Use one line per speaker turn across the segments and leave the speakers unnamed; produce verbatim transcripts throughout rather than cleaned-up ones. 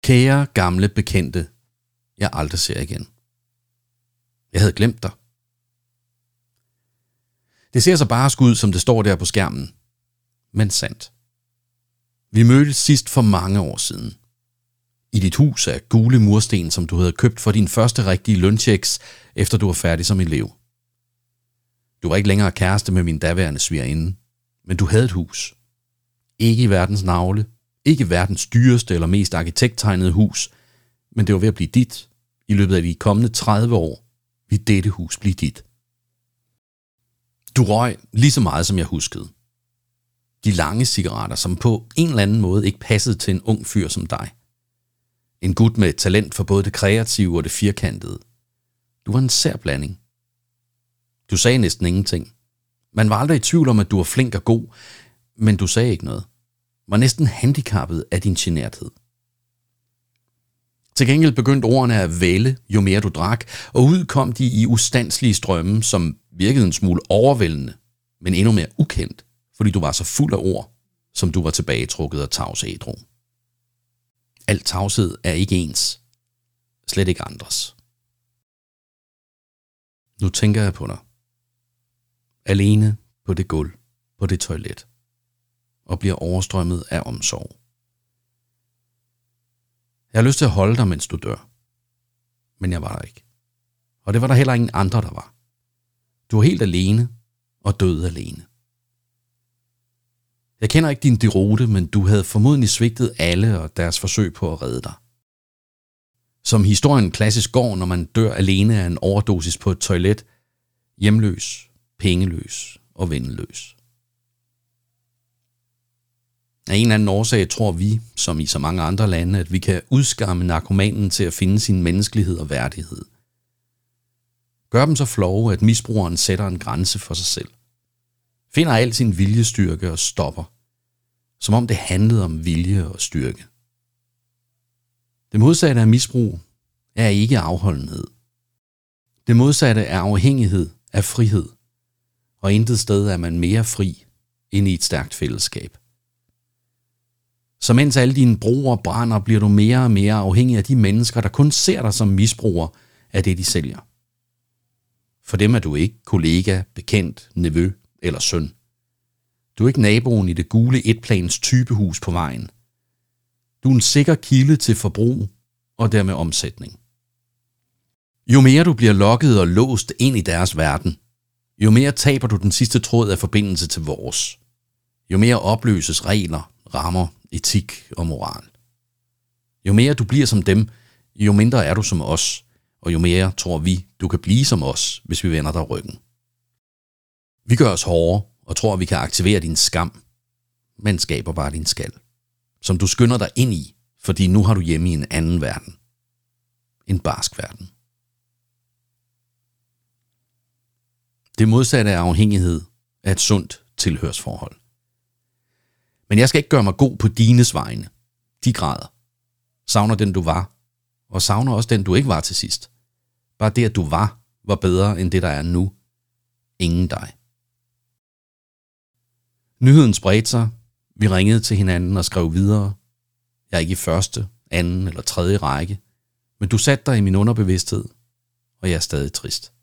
Kære gamle bekendte, jeg aldrig ser igen. Jeg havde glemt dig. Det ser så bare ud, som det står der på skærmen. Men sandt. Vi mødtes sidst for mange år siden. I dit hus af gule mursten, som du havde købt for din første rigtige lønchecks, efter du var færdig som elev. Du var ikke længere kæreste med min daværende svigerinde, men du havde et hus. Ikke i verdens navle, ikke verdens dyreste eller mest arkitekttegnede hus, men det var ved at blive dit. I løbet af de kommende tredive år vil dette hus blive dit. Du røg lige så meget, som jeg huskede. De lange cigaretter, som på en eller anden måde ikke passede til en ung fyr som dig. En gut med talent for både det kreative og det firkantede. Du var en sær blanding. Du sagde næsten ingenting. Man var aldrig i tvivl om, at du var flink og god, men du sagde ikke noget. Var næsten handicappet af din generthed. Til gengæld begyndte ordene at vælge, jo mere du drak, og ud kom de i ustandslige strømme, som virkede en smule overvældende, men endnu mere ukendt, fordi du var så fuld af ord, som du var tilbagetrukket og tavs ædru. Al tavshed er ikke ens, slet ikke andres. Nu tænker jeg på dig. Alene på det gulv, på det toilet, og bliver overstrømmet af omsorg. Jeg har lyst til at holde dig, mens du dør. Men jeg var der ikke. Og det var der heller ingen andre, der var. Du var helt alene og døde alene. Jeg kender ikke din deroute, men du havde formodentlig svigtet alle og deres forsøg på at redde dig. Som historien klassisk går, når man dør alene af en overdosis på et toilet, hjemløs, pengeløs og venløs. Af en eller anden årsag tror vi, som i så mange andre lande, at vi kan udskamme narkomanen til at finde sin menneskelighed og værdighed. Gør dem så flove, at misbrugeren sætter en grænse for sig selv. Finder al sin viljestyrke og stopper, som om det handlede om vilje og styrke. Det modsatte af misbrug er ikke afholdenhed. Det modsatte er afhængighed af frihed, og intet sted er man mere fri end i et stærkt fællesskab. Så mens alle dine broer brænder, bliver du mere og mere afhængig af de mennesker, der kun ser dig som misbruger af det, de sælger. For dem er du ikke kollega, bekendt, nevø eller søn. Du er ikke naboen i det gule etplans typehus på vejen. Du er en sikker kilde til forbrug og dermed omsætning. Jo mere du bliver lokket og låst ind i deres verden, jo mere taber du den sidste tråd af forbindelse til vores. Jo mere opløses regler, rammer, etik og moral. Jo mere du bliver som dem, jo mindre er du som os, og jo mere tror vi, du kan blive som os, hvis vi vender dig ryggen. Vi gør os hårde og tror, vi kan aktivere din skam, men skaber bare din skal, som du skynder dig ind i, fordi nu har du hjemme i en anden verden. En barsk verden. Det modsatte af afhængighed er et sundt tilhørsforhold. Men jeg skal ikke gøre mig god på dines vegne. De græder. Savner den, du var, og savner også den, du ikke var til sidst. Bare det, at du var, var bedre end det, der er nu. Ingen dig. Nyheden spredte sig. Vi ringede til hinanden og skrev videre. Jeg er ikke i første, anden eller tredje række, men du satte dig i min underbevidsthed, og jeg er stadig trist.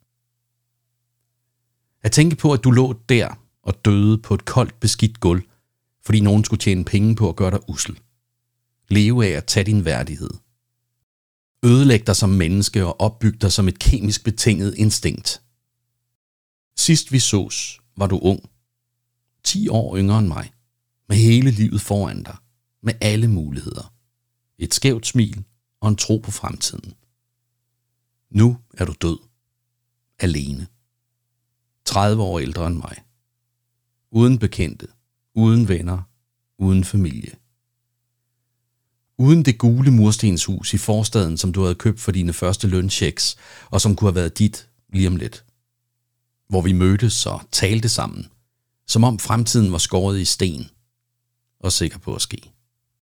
At tænke på, at du lå der og døde på et koldt, beskidt gulv, fordi nogen skulle tjene penge på at gøre dig ussel. Leve af at tage din værdighed. Ødelæg dig som menneske og opbyg dig som et kemisk betinget instinkt. Sidst vi sås, var du ung. Ti år yngre end mig. Med hele livet foran dig. Med alle muligheder. Et skævt smil og en tro på fremtiden. Nu er du død. Alene. tredive år ældre end mig. Uden bekendte. Uden venner. Uden familie. Uden det gule murstenshus i forstaden, som du havde købt for dine første lønchecks, og som kunne have været dit lige om lidt. Hvor vi mødtes og talte sammen, som om fremtiden var skåret i sten og sikker på at ske.